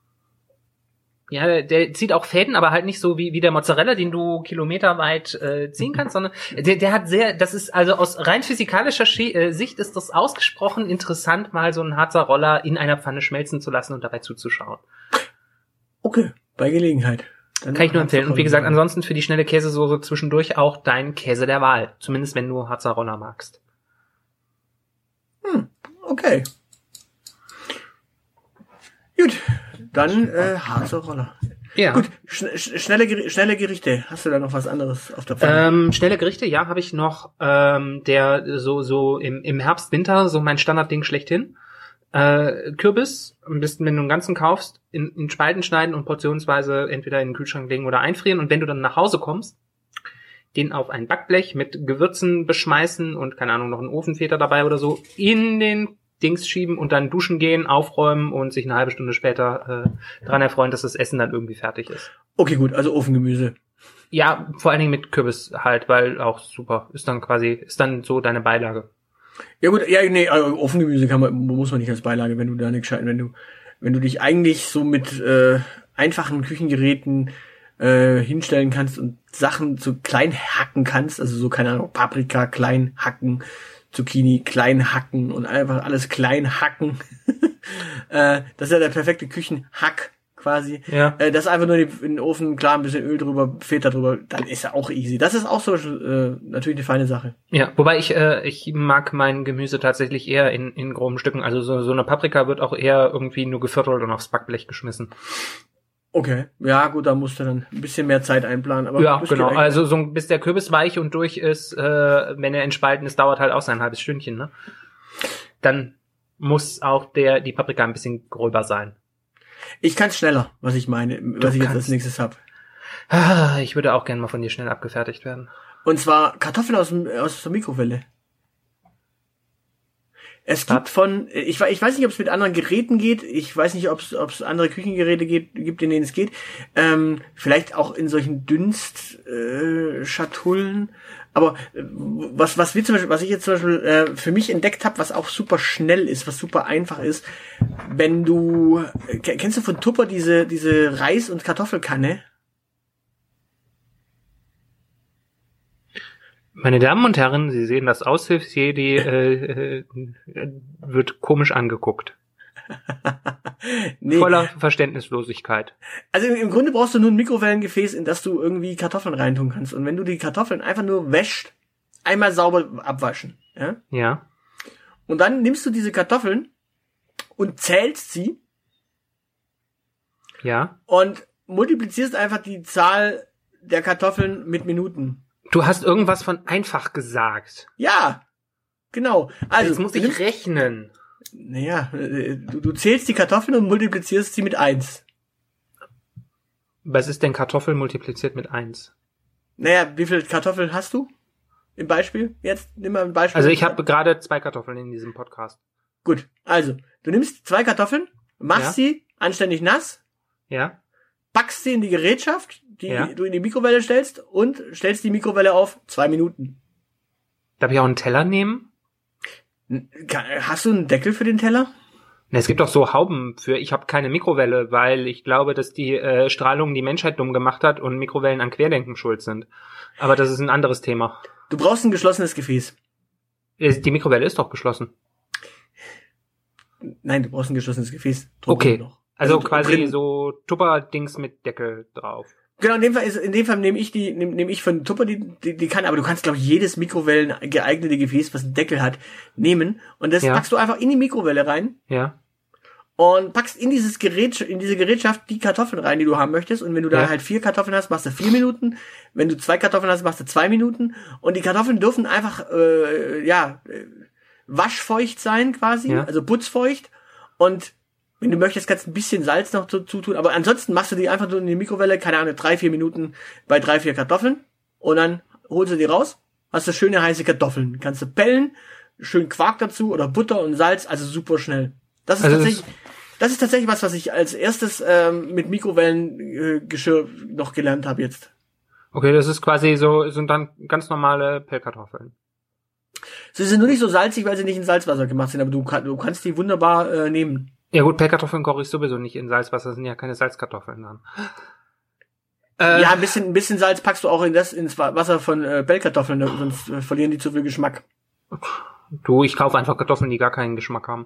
Ja, der zieht auch Fäden, aber halt nicht so wie der Mozzarella, den du kilometerweit ziehen kannst, sondern der hat das ist also aus rein physikalischer Sicht ist das ausgesprochen interessant, mal so einen Harzer Roller in einer Pfanne schmelzen zu lassen und dabei zuzuschauen. Okay, bei Gelegenheit. Dann kann ich nur empfehlen. Und wie gesagt, ansonsten für die schnelle Käsesoße zwischendurch auch dein Käse der Wahl. Zumindest wenn du Harzer Roller magst. Okay. Gut. Dann Harzer Roller. Ja. Gut, schnelle Gerichte. Hast du da noch was anderes auf der Pfanne? Schnelle Gerichte, ja, habe ich noch. Der so im Herbst, Winter, so mein Standardding schlechthin. Kürbis, am besten, wenn du einen ganzen kaufst, in Spalten schneiden und portionsweise entweder in den Kühlschrank legen oder einfrieren. Und wenn du dann nach Hause kommst, den auf ein Backblech mit Gewürzen beschmeißen und, keine Ahnung, noch einen Ofenfeter dabei oder so, in den Dings schieben und dann duschen gehen, aufräumen und sich eine halbe Stunde später dran erfreuen, dass das Essen dann irgendwie fertig ist. Okay, gut, also Ofengemüse. Ja, vor allen Dingen mit Kürbis halt, weil auch super. Ist dann so deine Beilage. Ja gut, also Ofengemüse muss man nicht als Beilage, wenn du da nicht schalten, wenn du dich eigentlich so mit einfachen Küchengeräten hinstellen kannst und Sachen so klein hacken kannst, also so, keine Ahnung, Paprika klein hacken, Zucchini klein hacken und einfach alles klein hacken. Das ist ja der perfekte Küchenhack quasi. Ja. Das einfach nur in den Ofen, klar, ein bisschen Öl drüber, Feta drüber, dann ist ja auch easy. Das ist auch so natürlich eine feine Sache. Ja, wobei ich mag mein Gemüse tatsächlich eher in groben Stücken. Also so eine Paprika wird auch eher irgendwie nur geviertelt und aufs Backblech geschmissen. Okay, ja gut, da musst du dann ein bisschen mehr Zeit einplanen. Aber ja, genau, also so bis der Kürbis weich und durch ist, wenn er entspalten ist, dauert halt auch sein halbes Stündchen, ne? Dann muss auch die Paprika ein bisschen gröber sein. Ich kann's schneller, was ich meine, was ich jetzt als nächstes hab. Ich würde auch gerne mal von dir schnell abgefertigt werden. Und zwar Kartoffeln aus der Mikrowelle. Es gibt ich weiß nicht, ob es mit anderen Geräten geht. Ich weiß nicht, ob es andere Küchengeräte gibt, in denen es geht. Vielleicht auch in solchen Dünstschatullen. Aber was ich jetzt zum Beispiel für mich entdeckt habe, was auch super schnell ist, was super einfach ist, wenn du kennst du von Tupper diese Reis- und Kartoffelkanne? Meine Damen und Herren, Sie sehen, das Aushilfsjedi wird komisch angeguckt. Nee. Voller Verständnislosigkeit. Also im Grunde brauchst du nur ein Mikrowellengefäß, in das du irgendwie Kartoffeln reintun kannst. Und wenn du die Kartoffeln einfach nur wäscht, einmal sauber abwaschen. Ja? Ja. Und dann nimmst du diese Kartoffeln und zählst sie Ja. und multiplizierst einfach die Zahl der Kartoffeln mit Minuten. Du hast irgendwas von einfach gesagt. Ja, genau. Also Jetzt muss du ich rechnen. Naja, du zählst die Kartoffeln und multiplizierst sie mit 1. Was ist denn Kartoffel multipliziert mit 1? Naja, wie viele Kartoffeln hast du? Im Beispiel? Jetzt nimm mal ein Beispiel. Also ich habe gerade 2 Kartoffeln in diesem Podcast. Gut, also, du nimmst 2 Kartoffeln, machst Ja. sie anständig nass, Ja? packst sie in die Gerätschaft, die Ja. du in die Mikrowelle stellst und stellst die Mikrowelle auf 2 Minuten. Darf ich auch einen Teller nehmen? Hast du einen Deckel für den Teller? Ne, es gibt doch so Hauben für, ich habe keine Mikrowelle, weil ich glaube, dass die Strahlung die Menschheit dumm gemacht hat und Mikrowellen an Querdenken schuld sind. Aber das ist ein anderes Thema. Du brauchst ein geschlossenes Gefäß. Die Mikrowelle ist doch geschlossen. Nein, du brauchst ein geschlossenes Gefäß. Drumherum Okay. noch. Also quasi drin. so Tupper-Dings mit Deckel drauf. Genau, in dem Fall nehme ich von Tupper die kann, aber du kannst, glaube ich, jedes Mikrowellen geeignete Gefäß, was einen Deckel hat, nehmen und das Ja. packst du einfach in die Mikrowelle rein Ja? und packst in diese Gerätschaft die Kartoffeln rein, die du haben möchtest, und wenn du da Ja. halt 4 Kartoffeln hast, machst du 4 Minuten, wenn du 2 Kartoffeln hast, machst du 2 Minuten und die Kartoffeln dürfen einfach waschfeucht sein quasi, Ja. also putzfeucht, und wenn du möchtest, kannst du ein bisschen Salz noch zutun, aber ansonsten machst du die einfach nur in die Mikrowelle, keine Ahnung, 3-4 Minuten bei 3-4 Kartoffeln und dann holst du die raus, hast du schöne heiße Kartoffeln, kannst du pellen, schön Quark dazu oder Butter und Salz, also super schnell. Das ist Also tatsächlich was ich als erstes mit Mikrowellengeschirr noch gelernt habe jetzt. Okay, das ist quasi so, sind dann ganz normale Pellkartoffeln. Sie sind nur nicht so salzig, weil sie nicht in Salzwasser gemacht sind, aber du kannst die wunderbar nehmen. Ja gut, Pellkartoffeln koche ich sowieso nicht in Salzwasser, das sind ja keine Salzkartoffeln dann. Ja, ein bisschen Salz packst du auch ins Wasser von Bellkartoffeln, sonst verlieren die zu viel Geschmack. Du, ich kaufe einfach Kartoffeln, die gar keinen Geschmack haben.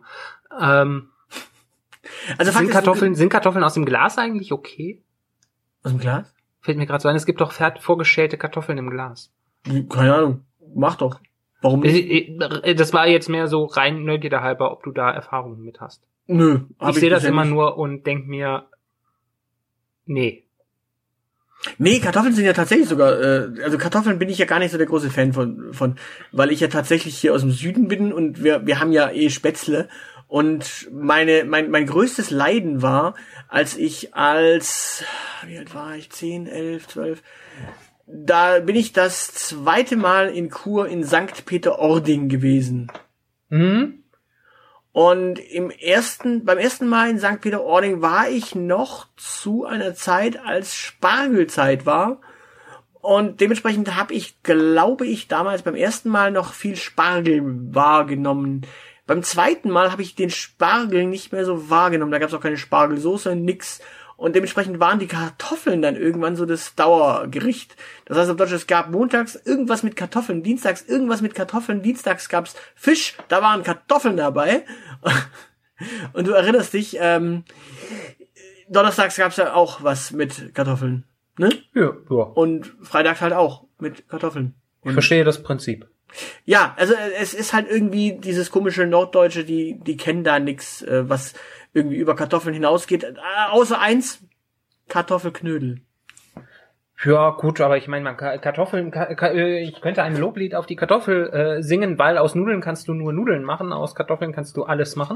Also Sind Kartoffeln aus dem Glas eigentlich okay? Aus dem Glas? Fällt mir gerade so ein, es gibt doch vorgeschälte Kartoffeln im Glas. Keine Ahnung. Mach doch. Warum nicht? Das war jetzt mehr so rein Neugierde halber, ob du da Erfahrungen mit hast. Nö. Ich sehe das immer nur und denk mir, nee. Nee, Kartoffeln sind ja tatsächlich sogar, also Kartoffeln bin ich ja gar nicht so der große Fan von, weil ich ja tatsächlich hier aus dem Süden bin und wir haben ja Spätzle, und mein größtes Leiden war, als wie alt war ich? 10, 11, 12, da bin ich das 2. Mal in Chur in St. Peter-Ording gewesen. Mhm. Und beim ersten Mal in St. Peter-Ording war ich noch zu einer Zeit, als Spargelzeit war. Und dementsprechend habe ich, glaube ich, damals beim ersten Mal noch viel Spargel wahrgenommen. Beim zweiten Mal habe ich den Spargel nicht mehr so wahrgenommen. Da gab es auch keine Spargelsauce, nix. Und dementsprechend waren die Kartoffeln dann irgendwann so das Dauergericht. Das heißt auf Deutsch, es gab montags irgendwas mit Kartoffeln, dienstags irgendwas mit Kartoffeln, dienstags gab's Fisch, da waren Kartoffeln dabei. Und du erinnerst dich, donnerstags gab's ja auch was mit Kartoffeln, ne? Ja. Und freitags halt auch mit Kartoffeln. Ich verstehe das Prinzip. Ja, also es ist halt irgendwie dieses komische Norddeutsche, die kennen da nix, was irgendwie über Kartoffeln hinausgeht, außer eins, Kartoffelknödel. Ja, gut, aber ich meine, Kartoffeln, ich könnte ein Loblied auf die Kartoffel singen, weil aus Nudeln kannst du nur Nudeln machen, aus Kartoffeln kannst du alles machen.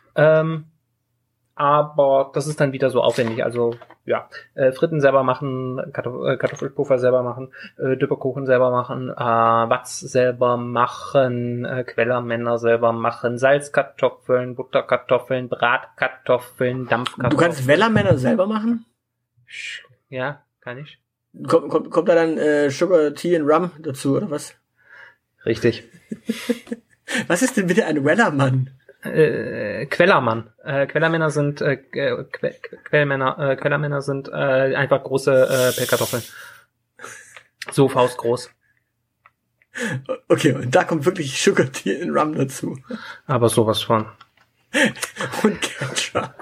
Aber das ist dann wieder so aufwendig. Also ja, Fritten selber machen, Kartoffelpuffer selber machen, Düpperkuchen selber machen, Watz selber machen, Quellermänner selber machen, Salzkartoffeln, Butterkartoffeln, Bratkartoffeln, Dampfkartoffeln. Du kannst Wellermänner selber machen? Ja, kann ich. Kommt da dann Sugar, Tea und Rum dazu, oder was? Richtig. Was ist denn bitte ein Wellermann? Quellermann. Quellermänner sind Quellermänner sind einfach große Pellkartoffeln. So faustgroß. Okay, und da kommt wirklich Sugar, Tea und Rum dazu. Aber sowas von. Und Ketchup.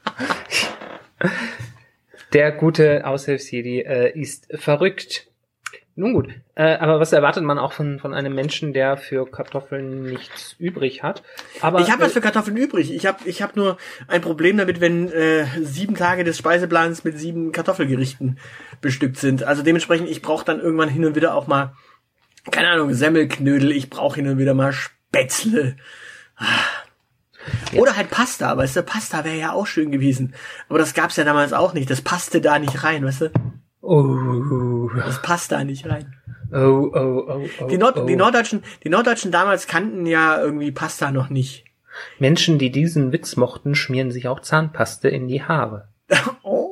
Der gute Aushilfsjedi ist verrückt. Nun gut, aber was erwartet man auch von einem Menschen, der für Kartoffeln nichts übrig hat? Aber ich habe was für Kartoffeln übrig. Ich hab nur ein Problem damit, wenn 7 Tage des Speiseplans mit 7 Kartoffelgerichten bestückt sind. Also dementsprechend, ich brauche dann irgendwann hin und wieder auch mal, keine Ahnung, Semmelknödel. Ich brauche hin und wieder mal Spätzle. Oder halt Pasta, weißt du, Pasta wäre ja auch schön gewesen. Aber das gab's ja damals auch nicht. Das passte da nicht rein, weißt du? Oh. Das passt da nicht rein. Oh. Die Norddeutschen damals kannten ja irgendwie Pasta noch nicht. Menschen, die diesen Witz mochten, schmieren sich auch Zahnpaste in die Haare. Oh.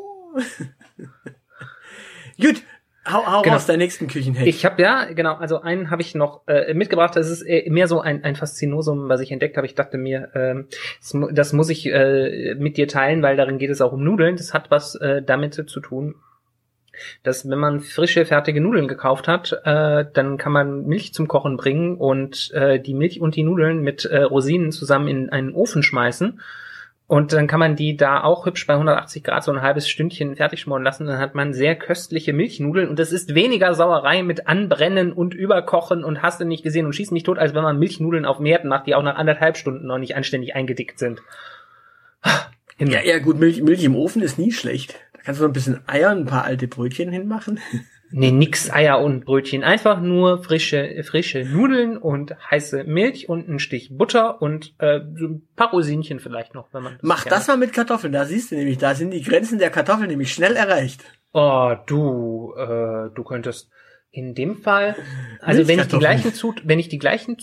Gut, hau Genau. raus, deinen nächsten Küchenhack. Ich habe also einen habe ich noch mitgebracht. Das ist mehr so ein Faszinosum, was ich entdeckt habe. Ich dachte mir, das muss ich mit dir teilen, weil darin geht es auch um Nudeln. Das hat was damit zu tun, dass wenn man frische, fertige Nudeln gekauft hat, dann kann man Milch zum Kochen bringen und die Milch und die Nudeln mit Rosinen zusammen in einen Ofen schmeißen. Und dann kann man die da auch hübsch bei 180 Grad so ein halbes Stündchen fertig schmoren lassen. Dann hat man sehr köstliche Milchnudeln. Und das ist weniger Sauerei mit Anbrennen und Überkochen und hast du nicht gesehen und schießt mich tot, als wenn man Milchnudeln auf Meerten macht, die auch nach 1,5 Stunden noch nicht anständig eingedickt sind. Ja, gut, Milch im Ofen ist nie schlecht. Da kannst du noch ein bisschen Eier, ein paar alte Brötchen hinmachen. Nee, nix Eier und Brötchen. Einfach nur frische Nudeln und heiße Milch und ein Stich Butter und so ein paar Rosinchen vielleicht noch, wenn man Mach das mal mit Kartoffeln. Da siehst du nämlich, da sind die Grenzen der Kartoffeln nämlich schnell erreicht. Oh, du könntest in dem Fall, also wenn ich die gleichen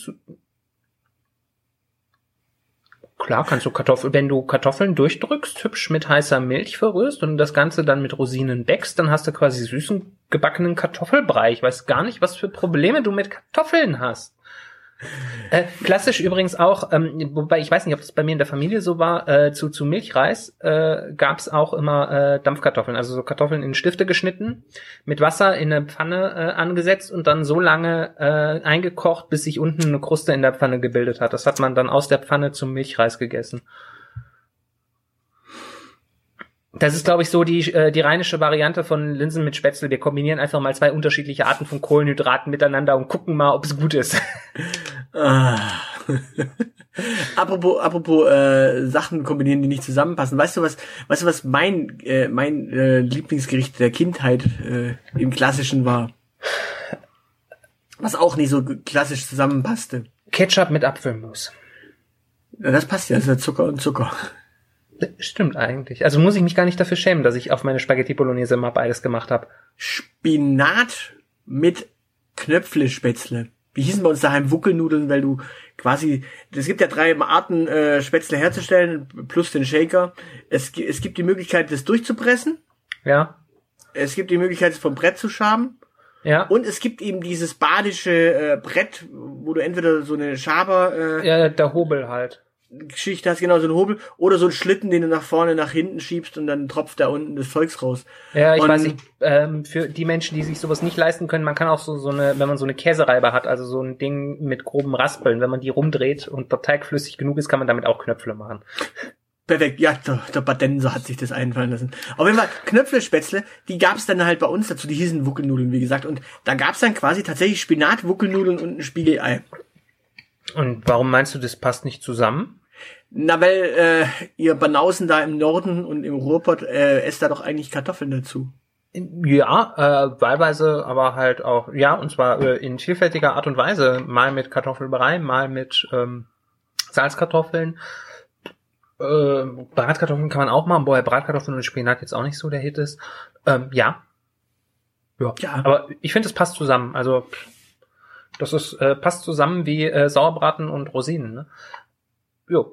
Klar, kannst du wenn du Kartoffeln durchdrückst, hübsch mit heißer Milch verrührst und das Ganze dann mit Rosinen backst, dann hast du quasi süßen, gebackenen Kartoffelbrei. Ich weiß gar nicht, was für Probleme du mit Kartoffeln hast. Klassisch übrigens auch, wobei ich weiß nicht, ob das bei mir in der Familie so war, zu Milchreis gab's auch immer Dampfkartoffeln, also so Kartoffeln in Stifte geschnitten, mit Wasser in eine Pfanne angesetzt und dann so lange eingekocht, bis sich unten eine Kruste in der Pfanne gebildet hat. Das hat man dann aus der Pfanne zum Milchreis gegessen. Das ist, glaube ich, so die rheinische Variante von Linsen mit Spätzle. Wir kombinieren einfach mal 2 unterschiedliche Arten von Kohlenhydraten miteinander und gucken mal, ob es gut ist. Apropos Sachen kombinieren, die nicht zusammenpassen. Weißt du was mein Lieblingsgericht der Kindheit im Klassischen war? Was auch nicht so klassisch zusammenpasste. Ketchup mit Apfelmus. Ja, das passt ja, das ist ja Zucker und Zucker. Stimmt eigentlich. Also muss ich mich gar nicht dafür schämen, dass ich auf meine Spaghetti Bolognese mal beides gemacht habe. Spinat mit Knöpfle-Spätzle. Wie hießen bei uns daheim Wuckelnudeln, weil du quasi, es gibt ja 3 Arten Spätzle herzustellen, plus den Shaker. Es gibt die Möglichkeit, das durchzupressen. Ja. Es gibt die Möglichkeit, es vom Brett zu schaben. Ja. Und es gibt eben dieses badische Brett, wo du entweder so eine Schaber ja, der Hobel halt. Geschichte hast, genau, so einen Hobel, oder so einen Schlitten, den du nach vorne, nach hinten schiebst und dann tropft da unten das Zeugs raus. Ja, ich weiß nicht, für die Menschen, die sich sowas nicht leisten können, man kann auch so eine, wenn man so eine Käsereibe hat, also so ein Ding mit groben Raspeln, wenn man die rumdreht und der Teig flüssig genug ist, kann man damit auch Knöpfle machen. Perfekt, ja, der Badenser hat sich das einfallen lassen. Auf jeden Fall, Knöpfle-Spätzle, die gab's dann halt bei uns dazu, die hießen Wuckelnudeln, wie gesagt, und da gab's dann quasi tatsächlich Spinat, Wuckelnudeln und ein Spiegelei. Und warum meinst du, das passt nicht zusammen? Na, weil ihr Banausen da im Norden und im Ruhrpott esst da doch eigentlich Kartoffeln dazu. Ja, wahlweise, aber halt auch, ja, und zwar in vielfältiger Art und Weise. Mal mit Kartoffelbrei, mal mit Salzkartoffeln. Bratkartoffeln kann man auch machen, wobei Bratkartoffeln und Spinat jetzt auch nicht so der Hit ist. Ja. Aber ich finde, es passt zusammen. Also das ist passt zusammen wie Sauerbraten und Rosinen, ne? Jo.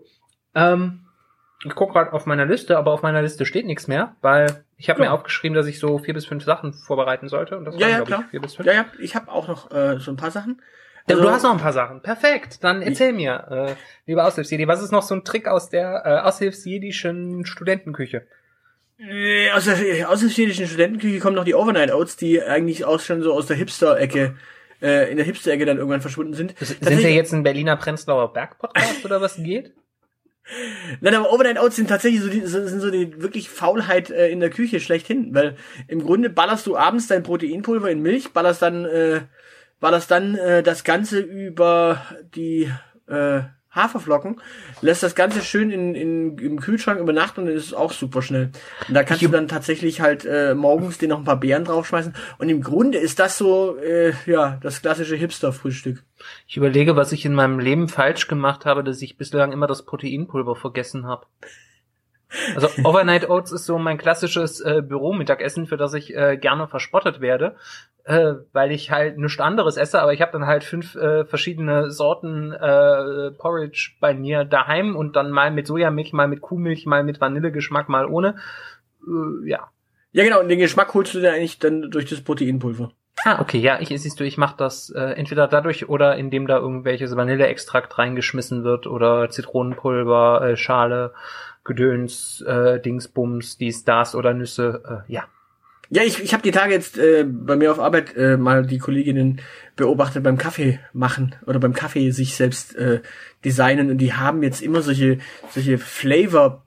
Ich gucke gerade auf meiner Liste, aber auf meiner Liste steht nichts mehr, weil ich habe mir aufgeschrieben, dass ich so 4 bis 5 Sachen vorbereiten sollte. Und das waren, glaube ich, 4 bis 5. Ja, ich habe auch noch so ein paar Sachen. Also, du hast noch ein paar Sachen. Perfekt. Dann erzähl mir, lieber Aushilfsjedi, was ist noch so ein Trick aus der aushilfsjedischen Studentenküche? Aus der aushilfsjedischen Studentenküche kommen noch die Overnight Oats, die eigentlich auch schon so aus der Hipster-Ecke in der Hipster-Ecke dann irgendwann verschwunden sind. Sind wir jetzt ein Berliner Prenzlauer Berg-Podcast oder was geht? Nein, aber Overnight Oats sind tatsächlich sind so die wirklich Faulheit in der Küche schlechthin, weil im Grunde ballerst du abends dein Proteinpulver in Milch, ballerst dann das Ganze über die Haferflocken, lässt das Ganze schön im Kühlschrank über Nacht und dann ist es auch super schnell. Und da kannst du dann tatsächlich halt morgens dir noch ein paar Beeren draufschmeißen und im Grunde ist das so, das klassische Hipster-Frühstück. Ich überlege, was ich in meinem Leben falsch gemacht habe, dass ich bislang immer das Proteinpulver vergessen habe. Also Overnight Oats ist so mein klassisches Büromittagessen, für das ich gerne verspottet werde, weil ich halt nichts anderes esse, aber ich habe dann halt 5 verschiedene Sorten Porridge bei mir daheim und dann mal mit Sojamilch, mal mit Kuhmilch, mal mit Vanillegeschmack, mal ohne. Ja. Ja genau, und den Geschmack holst du dir eigentlich dann durch das Proteinpulver. Ah, okay, ja, ich mache das entweder dadurch oder indem da irgendwelches Vanilleextrakt reingeschmissen wird oder Zitronenpulver, Schale, Gedöns, Dingsbums, dies, das oder Nüsse, ja. Ja, ich habe die Tage jetzt bei mir auf Arbeit mal die Kolleginnen beobachtet beim Kaffee machen oder beim Kaffee sich selbst designen und die haben jetzt immer solche Flavor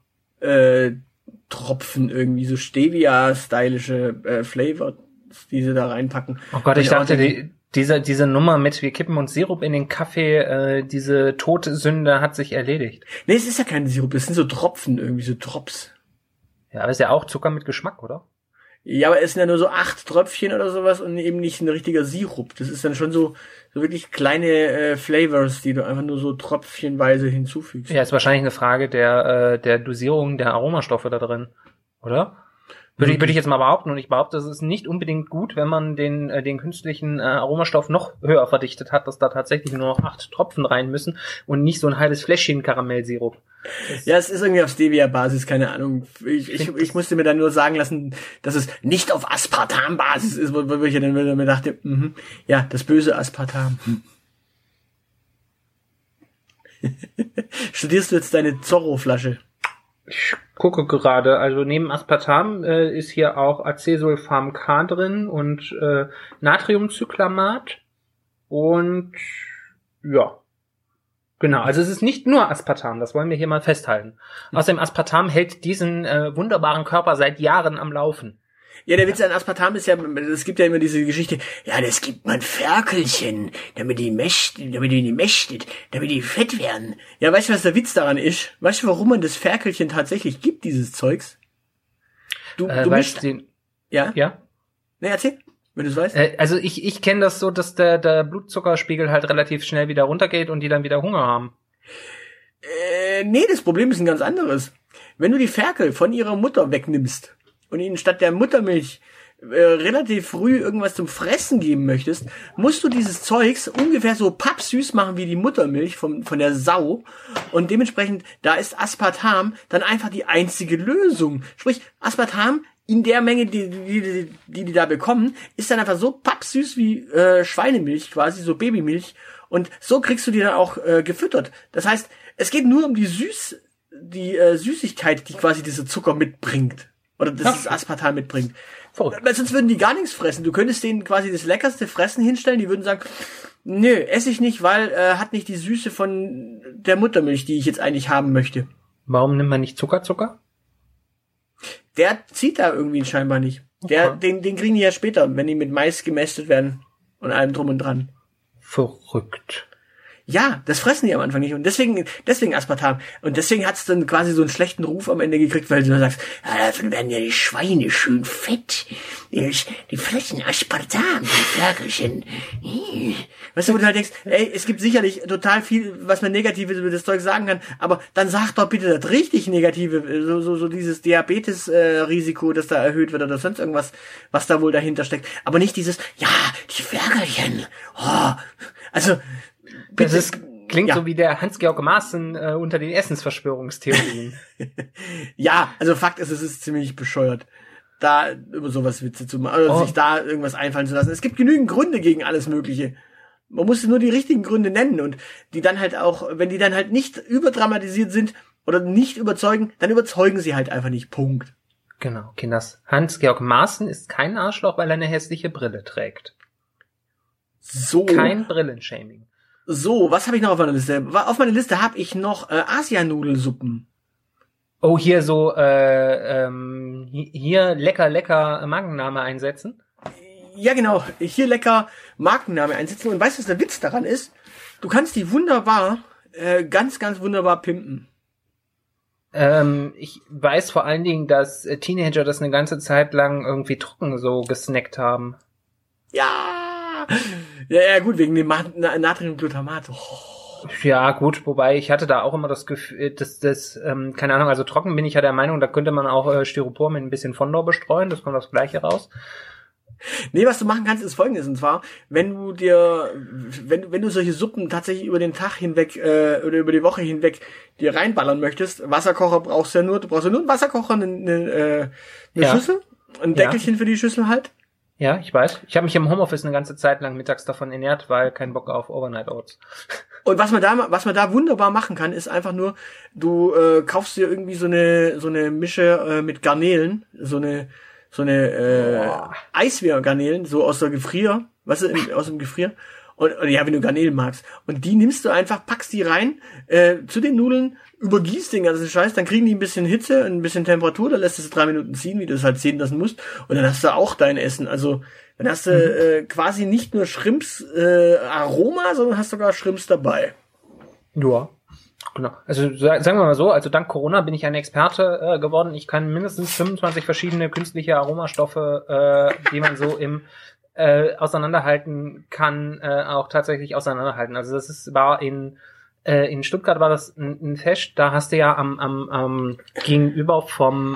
Tropfen irgendwie, so Stevia-stylische Flavor, die sie da reinpacken. Oh Gott, ich dachte, diese Nummer mit wir kippen uns Sirup in den Kaffee, diese Todsünde hat sich erledigt. Nee, es ist ja kein Sirup, es sind so Tropfen, irgendwie so Drops. Ja, aber ist ja auch Zucker mit Geschmack, oder? Ja, aber es sind ja nur so 8 Tröpfchen oder sowas und eben nicht ein richtiger Sirup. Das ist dann schon so wirklich kleine Flavors, die du einfach nur so tröpfchenweise hinzufügst. Ja, ist wahrscheinlich eine Frage der Dosierung der Aromastoffe da drin, oder? Würde ich jetzt mal behaupten, und ich behaupte, es ist nicht unbedingt gut, wenn man den künstlichen Aromastoff noch höher verdichtet hat, dass da tatsächlich nur noch 8 Tropfen rein müssen und nicht so ein halbes Fläschchen Karamellsirup. Ja, es ist irgendwie auf Stevia-Basis, keine Ahnung. Ich musste mir dann nur sagen lassen, dass es nicht auf Aspartam-Basis ist, wo ich dann mir dachte, ja, das böse Aspartam. Studierst du jetzt deine Zorro-Flasche? Ich gucke gerade, also neben Aspartam ist hier auch Acesulfam K drin und Natriumcyclamat und ja, genau, also es ist nicht nur Aspartam, das wollen wir hier mal festhalten. Außerdem Aspartam hält diesen wunderbaren Körper seit Jahren am Laufen. Ja, der Witz an Aspartam ist ja, es gibt ja immer diese Geschichte, ja, das gibt man Ferkelchen, damit die mächtet, damit die fett werden. Ja, weißt du, was der Witz daran ist? Weißt du, warum man das Ferkelchen tatsächlich gibt, dieses Zeugs? Du mischst... Ja? Ja? Ne, erzähl, wenn du es weißt. Also ich kenne das so, dass der Blutzuckerspiegel halt relativ schnell wieder runtergeht und die dann wieder Hunger haben. Nee, das Problem ist ein ganz anderes. Wenn du die Ferkel von ihrer Mutter wegnimmst und ihnen statt der Muttermilch relativ früh irgendwas zum Fressen geben möchtest, musst du dieses Zeugs ungefähr so pappsüß machen wie die Muttermilch von der Sau und dementsprechend, da ist Aspartam dann einfach die einzige Lösung. Sprich, Aspartam in der Menge, die da bekommen, ist dann einfach so pappsüß wie Schweinemilch quasi, so Babymilch und so kriegst du die dann auch gefüttert. Das heißt, es geht nur um die Süßigkeit, die quasi dieser Zucker mitbringt. Oder das Aspartam mitbringt. Weil sonst würden die gar nichts fressen. Du könntest denen quasi das leckerste Fressen hinstellen, die würden sagen, nö, esse ich nicht, weil hat nicht die Süße von der Muttermilch, die ich jetzt eigentlich haben möchte. Warum nimmt man nicht Zucker? Der zieht da irgendwie scheinbar nicht. Okay. Den kriegen die ja später, wenn die mit Mais gemästet werden und allem drum und dran. Verrückt. Ja, das fressen die am Anfang nicht und deswegen Aspartam. Und deswegen hat's dann quasi so einen schlechten Ruf am Ende gekriegt, weil du dann sagst, ja, davon werden ja die Schweine schön fett. Die fressen Aspartam, die Ferkelchen. Weißt du, wo du halt denkst, ey, es gibt sicherlich total viel, was man Negatives über das Zeug sagen kann, aber dann sag doch bitte das richtig Negative, so dieses Diabetes-Risiko, das da erhöht wird oder sonst irgendwas, was da wohl dahinter steckt. Aber nicht dieses, ja, die Ferkelchen. Oh, also, das klingt so wie der Hans-Georg Maaßen unter den Essensverschwörungstheorien. Ja, also Fakt ist, es ist ziemlich bescheuert, da über sowas Witze zu machen, oder sich da irgendwas einfallen zu lassen. Es gibt genügend Gründe gegen alles Mögliche. Man muss nur die richtigen Gründe nennen und die dann halt auch, wenn die dann halt nicht überdramatisiert sind oder nicht überzeugen, dann überzeugen sie halt einfach nicht. Punkt. Genau, Kinders. Hans-Georg Maaßen ist kein Arschloch, weil er eine hässliche Brille trägt. So. Kein Brillenshaming. So, was habe ich noch auf meiner Liste? Auf meiner Liste habe ich noch Asianudelsuppen. Oh, hier so, hier lecker Markenname einsetzen. Ja, genau. Hier lecker Markenname einsetzen. Und weißt du, was der Witz daran ist? Du kannst die wunderbar, ganz wunderbar pimpen. Ich weiß vor allen Dingen, dass Teenager das eine ganze Zeit lang irgendwie trocken so gesnackt haben. Ja! Ja, gut, wegen dem Natriumglutamat. Oh. Ja, gut, wobei ich hatte da auch immer das Gefühl, keine Ahnung, also trocken bin ich ja der Meinung, da könnte man auch Styropor mit ein bisschen Fondor bestreuen, das kommt das Gleiche raus. Nee, was du machen kannst, ist Folgendes, und zwar, wenn du solche Suppen tatsächlich über den Tag hinweg, oder über die Woche hinweg dir reinballern möchtest, Wasserkocher du brauchst ja nur einen Wasserkocher, eine Schüssel, ein Deckelchen für die Schüssel halt. Ja, ich weiß. Ich habe mich im Homeoffice eine ganze Zeit lang mittags davon ernährt, weil kein Bock auf Overnight Oats. Und was man da wunderbar machen kann, ist einfach nur, du kaufst dir irgendwie so eine Mische mit Garnelen, so eine Eiswehrgarnelen, so aus der Gefrier, weißt du, aus dem Gefrier. Und ja, wenn du Garnelen magst. Und die nimmst du einfach, packst die rein zu den Nudeln, übergießt den ganzen Scheiß, dann kriegen die ein bisschen Hitze, ein bisschen Temperatur, dann lässt du es 3 Minuten ziehen, wie du es halt ziehen lassen musst. Und dann hast du auch dein Essen. Also dann hast du quasi nicht nur Shrimps Aroma, sondern hast sogar Shrimps dabei. Ja, genau. Also sagen wir mal so, also dank Corona bin ich ein Experte geworden. Ich kann mindestens 25 verschiedene künstliche Aromastoffe, die man so im auseinanderhalten kann, auch tatsächlich auseinanderhalten. Also war in Stuttgart war das ein Fest, da hast du ja am gegenüber von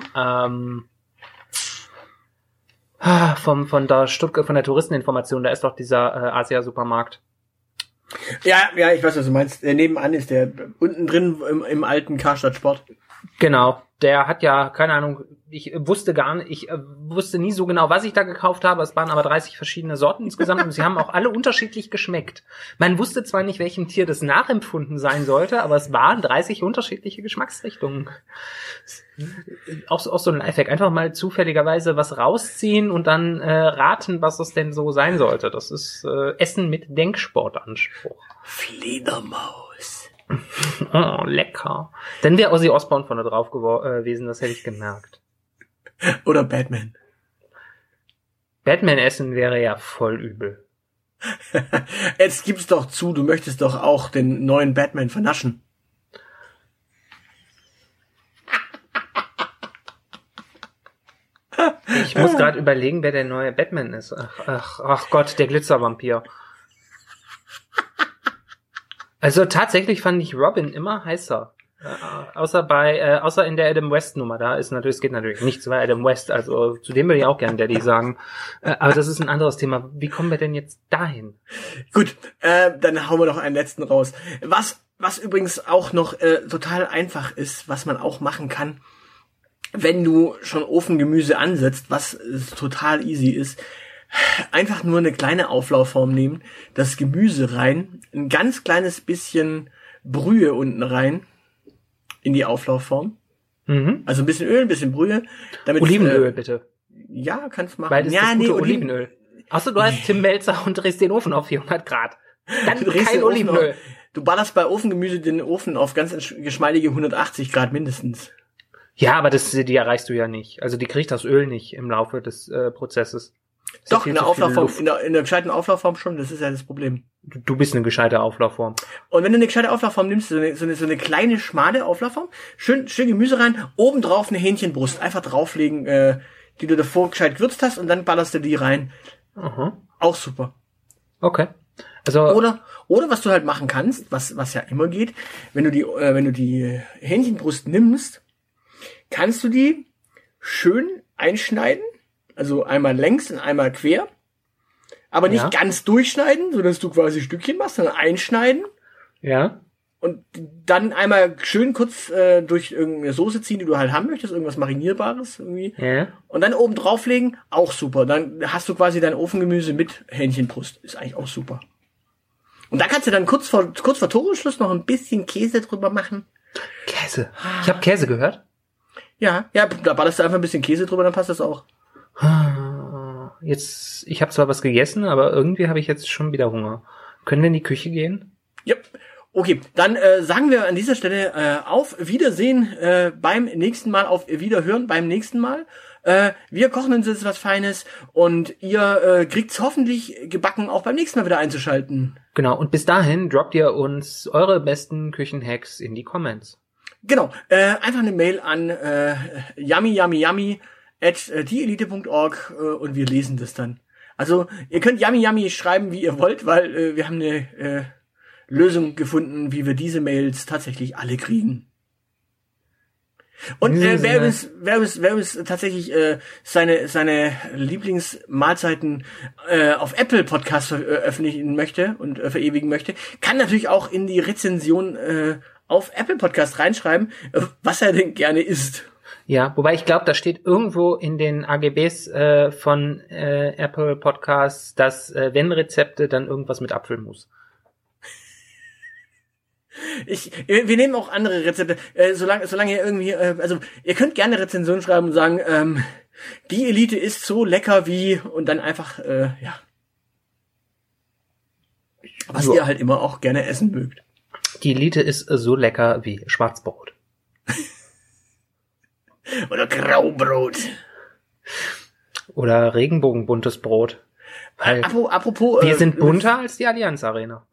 der Touristeninformation, da ist doch dieser Asia-Supermarkt. Ja, ich weiß, was du meinst. Nebenan ist der unten drin im alten Karstadt Sport. Genau, der hat ja, keine Ahnung, ich wusste nie so genau, was ich da gekauft habe. Es waren aber 30 verschiedene Sorten insgesamt und sie haben auch alle unterschiedlich geschmeckt. Man wusste zwar nicht, welchem Tier das nachempfunden sein sollte, aber es waren 30 unterschiedliche Geschmacksrichtungen. Auch so ein Lifehack. Einfach mal zufälligerweise was rausziehen und dann raten, was das denn so sein sollte. Das ist Essen mit Denksportanspruch. Fledermaus. Oh, lecker. Dann wäre Ozzy Osbourne vorne drauf gewesen, das hätte ich gemerkt. Oder Batman. Batman essen wäre ja voll übel. Jetzt gib's doch zu, du möchtest doch auch den neuen Batman vernaschen. Ich muss gerade überlegen, wer der neue Batman ist. Ach Gott, der Glitzervampir. Also tatsächlich fand ich Robin immer heißer. Außer in der Adam West Nummer. Es geht natürlich nichts bei Adam West, also zu dem würde ich auch gerne Daddy sagen. Aber das ist ein anderes Thema. Wie kommen wir denn jetzt dahin? Gut, dann hauen wir noch einen letzten raus. Was übrigens auch noch total einfach ist, was man auch machen kann, wenn du schon Ofengemüse ansetzt, was total easy ist, einfach nur eine kleine Auflaufform nehmen, das Gemüse rein, ein ganz kleines bisschen Brühe unten rein in die Auflaufform. Mhm. Also ein bisschen Öl, ein bisschen Brühe. Damit Olivenöl, bitte. Ja, kannst machen. Weil das ist gute Olivenöl. Außer du hast Tim Melzer und drehst den Ofen auf 400 Grad. Dann kein Olivenöl. Du ballerst bei Ofengemüse den Ofen auf ganz geschmeidige 180 Grad mindestens. Ja, aber die erreichst du ja nicht. Also die kriegt das Öl nicht im Laufe des Prozesses. Doch, in der Auflaufform, in der gescheiten Auflaufform schon, das ist ja das Problem. Du bist eine gescheite Auflaufform. Und wenn du eine gescheite Auflaufform nimmst, so eine kleine, schmale Auflaufform, schön Gemüse rein, obendrauf eine Hähnchenbrust, einfach drauflegen, die du davor gescheit gewürzt hast, und dann ballerst du die rein. Aha. Auch super. Okay. Also oder was du halt machen kannst, was ja immer geht, wenn du die Hähnchenbrust nimmst, kannst du die schön einschneiden, also einmal längs und einmal quer, aber nicht ganz durchschneiden, sodass du quasi Stückchen machst, sondern einschneiden. Ja. Und dann einmal schön kurz durch irgendeine Soße ziehen, die du halt haben möchtest, irgendwas Marinierbares irgendwie. Ja. Und dann oben drauflegen, auch super. Dann hast du quasi dein Ofengemüse mit Hähnchenbrust. Ist eigentlich auch super. Und da kannst du dann kurz vor Toreschluss noch ein bisschen Käse drüber machen. Käse? Ich habe Käse gehört. Ja, da ballerst du einfach ein bisschen Käse drüber, dann passt das auch. Jetzt, ich habe zwar was gegessen, aber irgendwie habe ich jetzt schon wieder Hunger. Können wir in die Küche gehen? Ja, okay. Dann sagen wir an dieser Stelle auf Wiedersehen beim nächsten Mal, auf Wiederhören beim nächsten Mal. Wir kochen uns jetzt was Feines und ihr kriegt's hoffentlich gebacken, auch beim nächsten Mal wieder einzuschalten. Genau, und bis dahin droppt ihr uns eure besten Küchenhacks in die Comments. Genau, einfach eine Mail an yummyyummy@dieelite.org und wir lesen das dann. Also ihr könnt yummy schreiben, wie ihr wollt, weil wir haben eine Lösung gefunden, wie wir diese Mails tatsächlich alle kriegen. Und wer uns tatsächlich seine Lieblingsmahlzeiten auf Apple Podcast veröffentlichen möchte und verewigen möchte, kann natürlich auch in die Rezension auf Apple Podcast reinschreiben, was er denn gerne isst. Ja, wobei ich glaube, da steht irgendwo in den AGBs von Apple Podcasts, dass wenn Rezepte, dann irgendwas mit Apfelmus. Wir nehmen auch andere Rezepte, solange ihr irgendwie, also ihr könnt gerne Rezensionen schreiben und sagen, die Elite ist so lecker wie, und dann einfach, was ihr halt immer auch gerne essen mögt. Die Elite ist so lecker wie Schwarzbrot. Oder Graubrot. Oder regenbogenbuntes Brot. Weil Apropos, wir sind bunter als die Allianz Arena.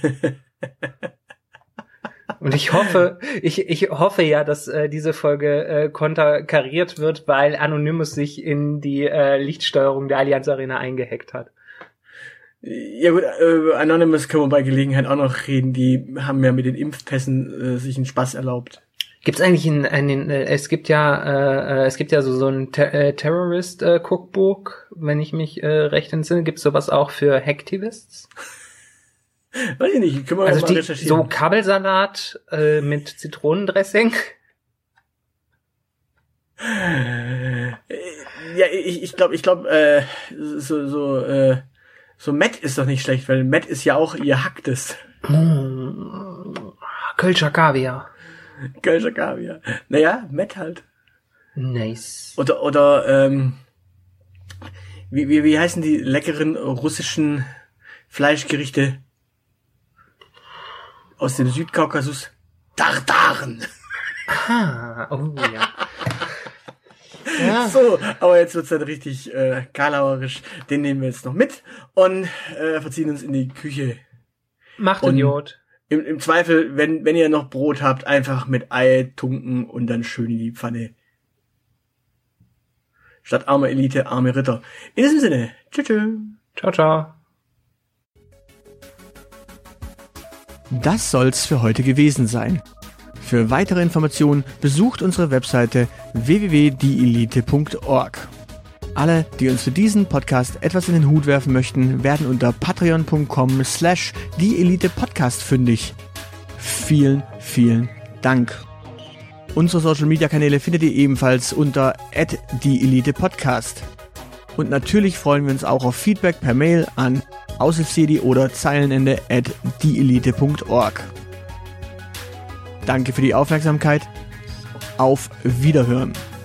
Und ich hoffe ja, dass diese Folge konterkariert wird, weil Anonymous sich in die Lichtsteuerung der Allianz Arena eingehackt hat. Ja gut, Anonymous können wir bei Gelegenheit auch noch reden. Die haben ja mit den Impfpässen sich einen Spaß erlaubt. Gibt's eigentlich es gibt ja so ein Terrorist Cookbook, wenn ich mich recht entsinne. Gibt's sowas auch für Hacktivists? Weiß ich nicht, können wir mal recherchieren. So Kabelsalat mit Zitronendressing. Ja, ich glaube, so Matt ist doch nicht schlecht, weil Matt ist ja auch ihr Hacktes. Kölscher Kaviar. Naja, Matt halt. Nice. Oder wie heißen die leckeren russischen Fleischgerichte aus dem Südkaukasus? Tartaren. Oh ja. Ja. So, aber jetzt wird's dann richtig karlauerisch. Den nehmen wir jetzt noch mit und verziehen uns in die Küche. Macht Idiot. Im Zweifel, wenn ihr noch Brot habt, einfach mit Ei tunken und dann schön in die Pfanne. Statt arme Elite, arme Ritter. In diesem Sinne, tschüss. Ciao, ciao. Das soll's für heute gewesen sein. Für weitere Informationen besucht unsere Webseite www.dieelite.org. Alle, die uns für diesen Podcast etwas in den Hut werfen möchten, werden unter patreon.com/dieelitepodcast fündig. Vielen, vielen Dank. Unsere Social-Media-Kanäle findet ihr ebenfalls unter @dieelitepodcast. Und natürlich freuen wir uns auch auf Feedback per Mail an aushilfsjedi oder zeilenende@dieelite.org. Danke für die Aufmerksamkeit. Auf Wiederhören.